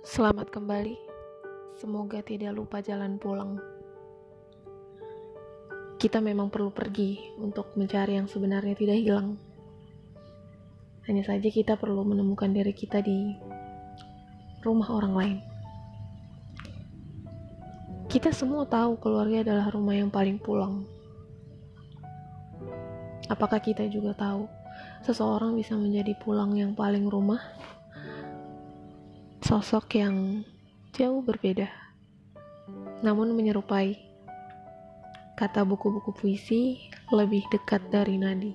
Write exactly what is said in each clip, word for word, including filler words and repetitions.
Selamat kembali. Semoga tidak lupa jalan pulang. Kita memang perlu pergi untuk mencari yang sebenarnya tidak hilang. Hanya saja kita perlu menemukan diri kita di rumah orang lain. Kita semua tahu keluarga adalah rumah yang paling pulang. Apakah kita juga tahu seseorang bisa menjadi pulang yang paling rumah? Sosok yang jauh berbeda, namun menyerupai. Kata buku-buku puisi lebih dekat dari nadi.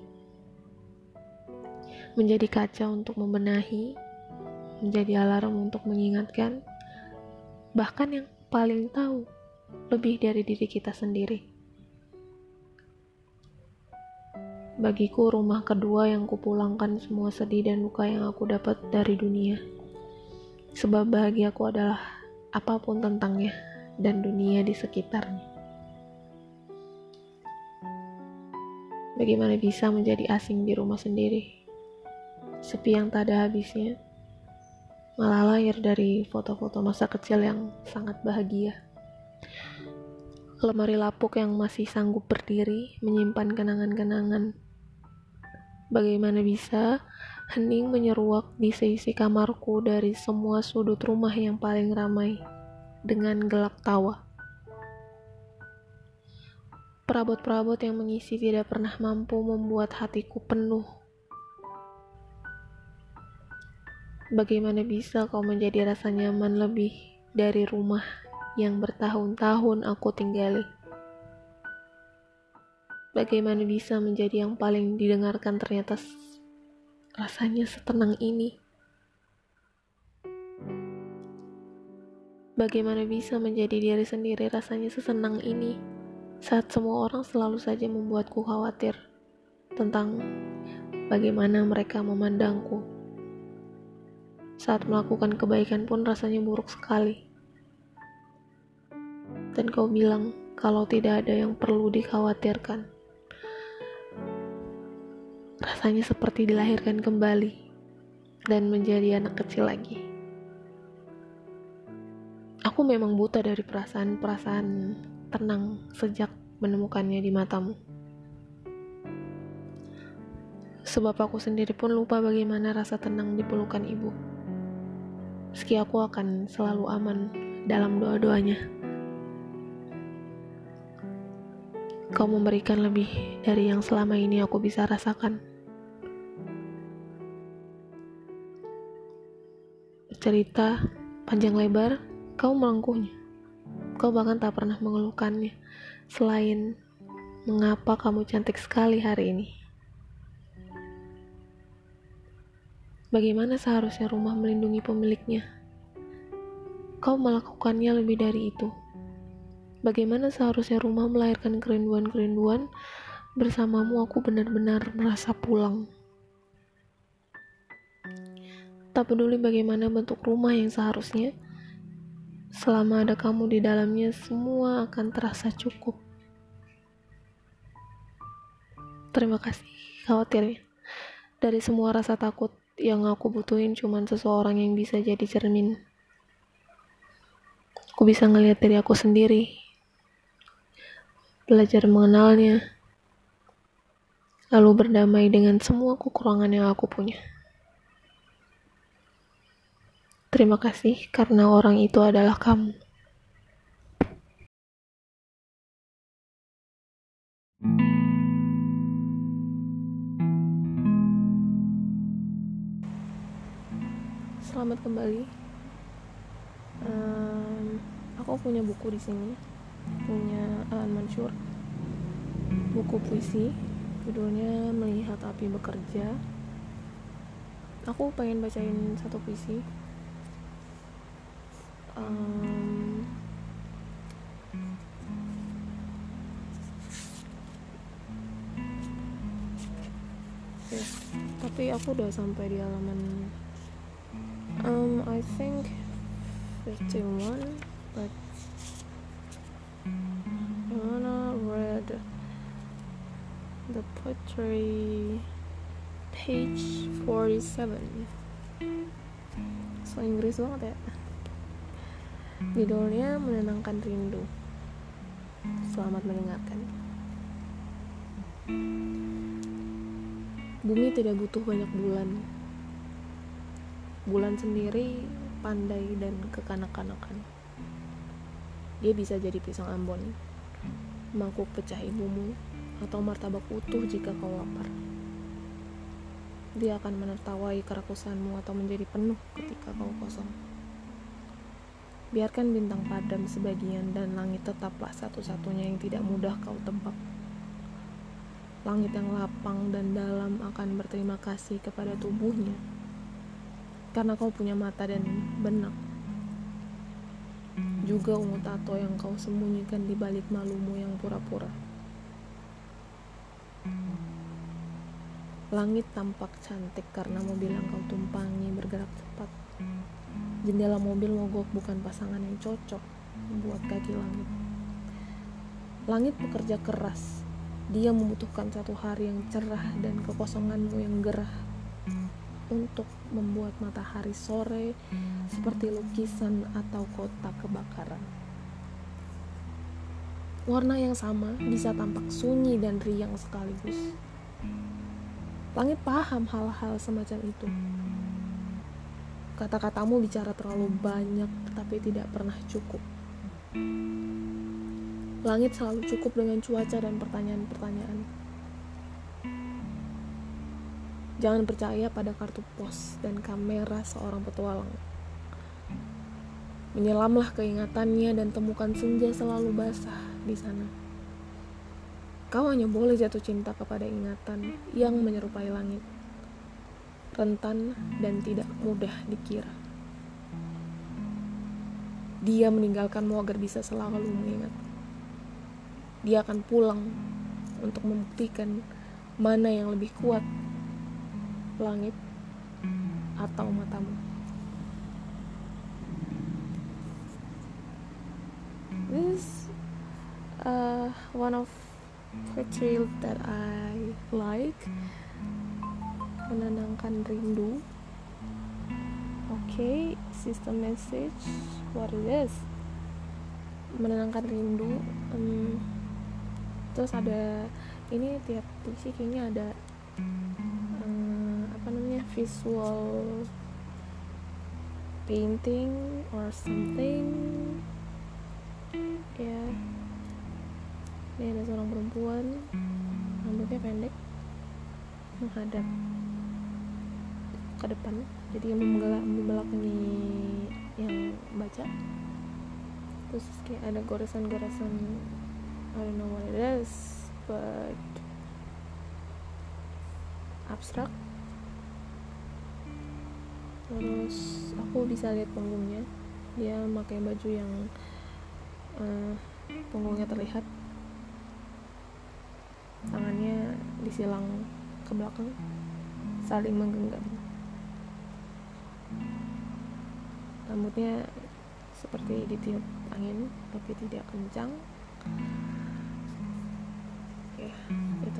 Menjadi kaca untuk membenahi, menjadi alarm untuk mengingatkan, bahkan yang paling tahu lebih dari diri kita sendiri. Bagiku rumah kedua yang kupulangkan semua sedih dan luka yang aku dapat dari dunia. Sebab bahagiaku adalah apapun tentangnya dan dunia di sekitarnya. Bagaimana bisa menjadi asing di rumah sendiri? Sepi yang tak ada habisnya. Malah lahir dari foto-foto masa kecil yang sangat bahagia. Lemari lapuk yang masih sanggup berdiri menyimpan kenangan-kenangan. Bagaimana bisa hening menyeruak di seisi kamarku dari semua sudut rumah yang paling ramai dengan gelak tawa. Perabot-perabot yang mengisi tidak pernah mampu membuat hatiku penuh. Bagaimana bisa kau menjadi rasa nyaman lebih dari rumah yang bertahun-tahun aku tinggali? Bagaimana bisa menjadi yang paling didengarkan ternyata rasanya setenang ini? Bagaimana bisa menjadi diri sendiri rasanya sesenang ini saat semua orang selalu saja membuatku khawatir tentang bagaimana mereka memandangku. Saat melakukan kebaikan pun rasanya buruk sekali. Dan kau bilang kalau tidak ada yang perlu dikhawatirkan. Rasanya seperti dilahirkan kembali dan menjadi anak kecil lagi. Aku memang buta dari perasaan-perasaan tenang sejak menemukannya di matamu. Sebab aku sendiri pun lupa bagaimana rasa tenang di pelukan ibu. Meski aku akan selalu aman dalam doa-doanya. Kau memberikan lebih dari yang selama ini aku bisa rasakan. Cerita panjang lebar, kau melangkuhnya. Kau bahkan tak pernah mengeluhkannya, selain mengapa kamu cantik sekali hari ini. Bagaimana seharusnya rumah melindungi pemiliknya? Kau melakukannya lebih dari itu. Bagaimana seharusnya rumah melahirkan kerinduan-kerinduan? Bersamamu aku benar-benar merasa pulang. Tak peduli bagaimana bentuk rumah yang seharusnya, selama ada kamu di dalamnya, semua akan terasa cukup. Terima kasih, khawatirnya. Dari semua rasa takut yang aku butuhin cuman seseorang yang bisa jadi cermin. Aku bisa ngelihat diri aku sendiri, belajar mengenalnya, lalu berdamai dengan semua kekurangan yang aku punya. Terima kasih karena orang itu adalah kamu. Selamat kembali. Um, aku punya buku di sini, punya Alan Mansur, buku puisi, judulnya Melihat Api Bekerja. Aku pengen bacain satu puisi. Um, yes, tapi aku udah sampai di halaman um, I think fifty-one, but I wanna read the poetry page forty-seven. So Inggris banget ya. Judulnya Menenangkan Rindu. Selamat mendengarkan. Bumi tidak butuh banyak bulan. Bulan sendiri pandai dan kekanak-kanakan. Dia bisa jadi pisang Ambon, mangkuk pecah ibumu, atau martabak utuh jika kau lapar. Dia akan menertawai kerakusanmu atau menjadi penuh ketika kau kosong. Biarkan bintang padam sebagian dan langit tetaplah satu-satunya yang tidak mudah kau tebak. Langit yang lapang dan dalam akan berterima kasih kepada tubuhnya, karena kau punya mata dan benak. Juga ungu tato yang kau sembunyikan di balik malumu yang pura-pura. Langit tampak cantik karena mobil yang kau tumpangi bergerak cepat. Jendela mobil mogok bukan pasangan yang cocok buat kaki langit. Langit bekerja keras. Dia membutuhkan satu hari yang cerah dan kekosonganmu yang gerah untuk membuat matahari sore seperti lukisan atau kotak kebakaran. Warna yang sama bisa tampak sunyi dan riang sekaligus. Langit paham hal-hal semacam itu. Kata-katamu bicara terlalu banyak tapi tidak pernah cukup. Langit selalu cukup dengan cuaca dan pertanyaan-pertanyaan. Jangan percaya pada kartu pos dan kamera seorang petualang. Menyelamlah keingatannya dan temukan senja selalu basah di sana. Kau hanya boleh jatuh cinta kepada ingatan yang menyerupai langit, rentan dan tidak mudah dikira. Dia meninggalkanmu agar bisa selalu mengingat. Dia akan pulang untuk membuktikan mana yang lebih kuat, langit atau matamu. This uh, one of poetry that I like. Menenangkan rindu. Okay, system message. What is this? Menenangkan rindu. Um, terus ada ini tiap puisi kayaknya ada um, apa namanya visual painting or something. Ya, yeah. Ini ada seorang perempuan, rambutnya pendek, menghadap ke depan, jadi membelakangi yang baca. Terus kayak ada goresan-goresan, I don't know what it is, but abstrak. Terus aku bisa lihat punggungnya, dia pakai baju yang uh, punggungnya terlihat, tangannya disilang ke belakang, saling menggenggam. Rambutnya seperti ditiup angin tapi tidak kencang. Ya, itu.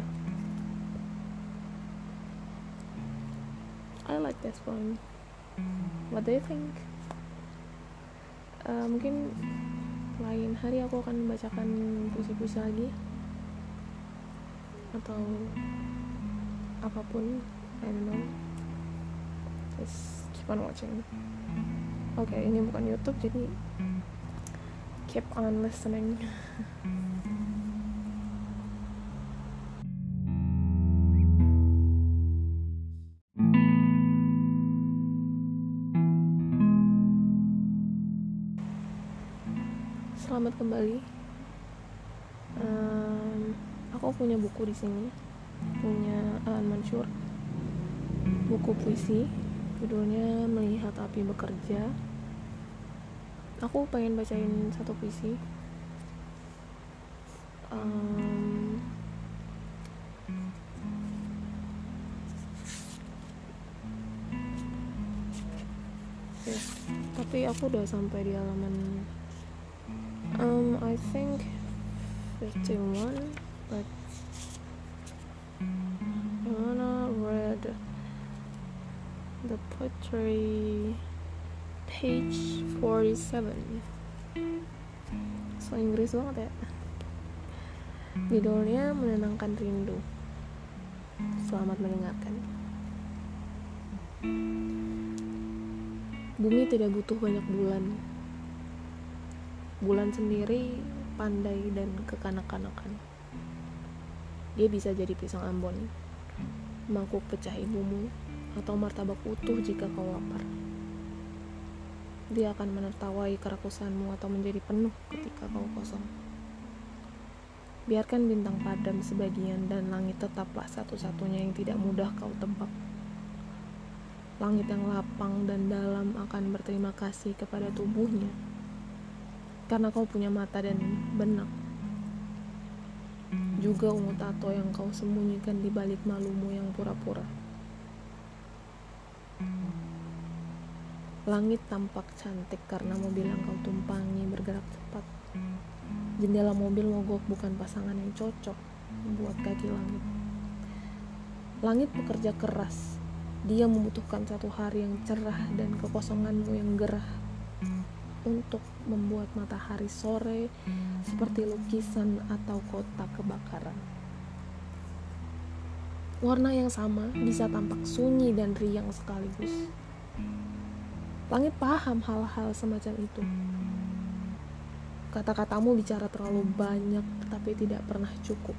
I like this poem. What do you think? Uh, mungkin lain hari aku akan membacakan puisi-puisi lagi atau apapun, I don't know. Just keep on watching. Oke, okay, ini bukan YouTube, jadi keep on listening. Selamat kembali. Um, aku punya buku di sini, punya Alan Mansur, buku puisi. Judulnya Melihat Api Bekerja. Aku pengen bacain satu puisi. Um, ya, tapi aku udah sampai di halaman um, I think fifty-one, but I wanna read the poetry page forty-seven. so Inggris banget ya. Judulnya Menenangkan Rindu. Selamat mendengarkan. Bumi tidak butuh banyak bulan. Bulan sendiri pandai dan kekanak-kanakan. Dia bisa jadi pisang Ambon, mangkuk pecah ibumu, atau martabak utuh jika kau lapar. Dia akan menertawai kerakusanmu atau menjadi penuh ketika kau kosong. Biarkan bintang padam sebagian dan langit tetaplah satu-satunya yang tidak mudah kau tebak. Langit yang lapang dan dalam akan berterima kasih kepada tubuhnya, karena kau punya mata dan benak. Juga ungu tato yang kau sembunyikan di balik malumu yang pura-pura. Langit tampak cantik karena mobil yang kau tumpangi bergerak cepat. Jendela mobil mogok bukan pasangan yang cocok buat kaki langit. Langit bekerja keras. Dia membutuhkan satu hari yang cerah dan kekosonganmu yang gerah untuk membuat matahari sore seperti lukisan atau kotak kebakaran. Warna yang sama bisa tampak sunyi dan riang sekaligus. Langit paham hal-hal semacam itu. Kata-katamu bicara terlalu banyak tetapi tidak pernah cukup.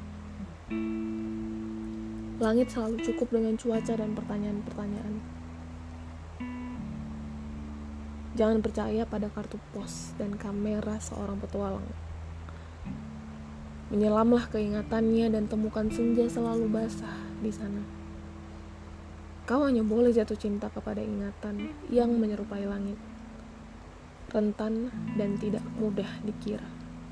Langit selalu cukup dengan cuaca dan pertanyaan-pertanyaan. Jangan percaya pada kartu pos dan kamera seorang petualang. Menyelamlah keingatannya dan temukan senja selalu basah di sana. Kau hanya boleh jatuh cinta kepada ingatan yang menyerupai langit, rentan dan tidak mudah dikira.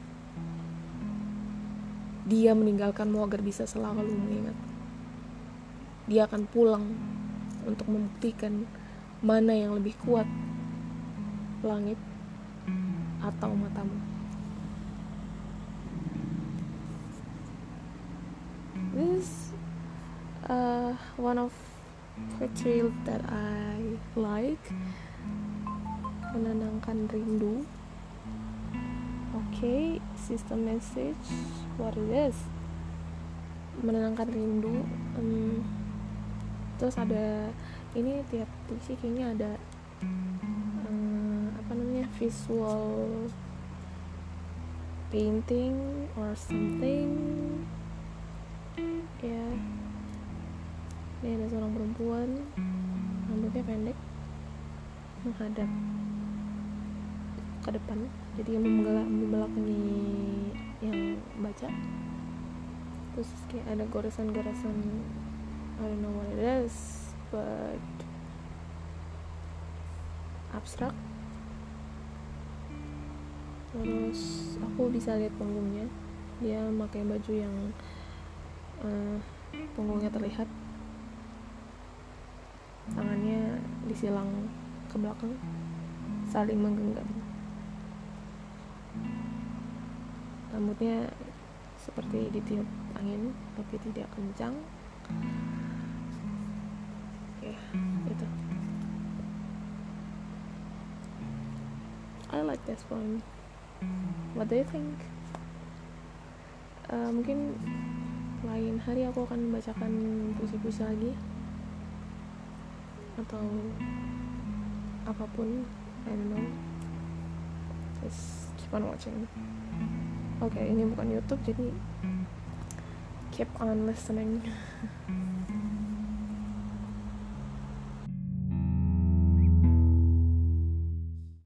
Dia meninggalkanmu agar bisa selalu mengingat. Dia akan pulang untuk membuktikan mana yang lebih kuat, langit atau matamu. This uh, one of poetry that I like. Menenangkan rindu. Okay, system message. What is this? Menenangkan rindu. Um, terus ada ini tiap puisi kayaknya ada um, apa namanya visual painting or something. Ya, yeah. Ini ada seorang perempuan, rambutnya pendek, menghadap ke depan, jadi membelakangi yang baca. Terus kayak ada goresan-goresan, I don't know what it is, but abstrak. Terus aku bisa lihat punggungnya, dia pakai baju yang uh, punggungnya terlihat, tangannya disilang ke belakang, saling menggenggam. Rambutnya seperti ditiup angin tapi tidak kencang. Ya, itu. I like this one. What do you think? Uh, mungkin lain hari aku akan membacakan puisi-puisi lagi atau apapun, I don't know. Just keep on watching. Oke, okay, ini bukan YouTube, jadi keep on listening.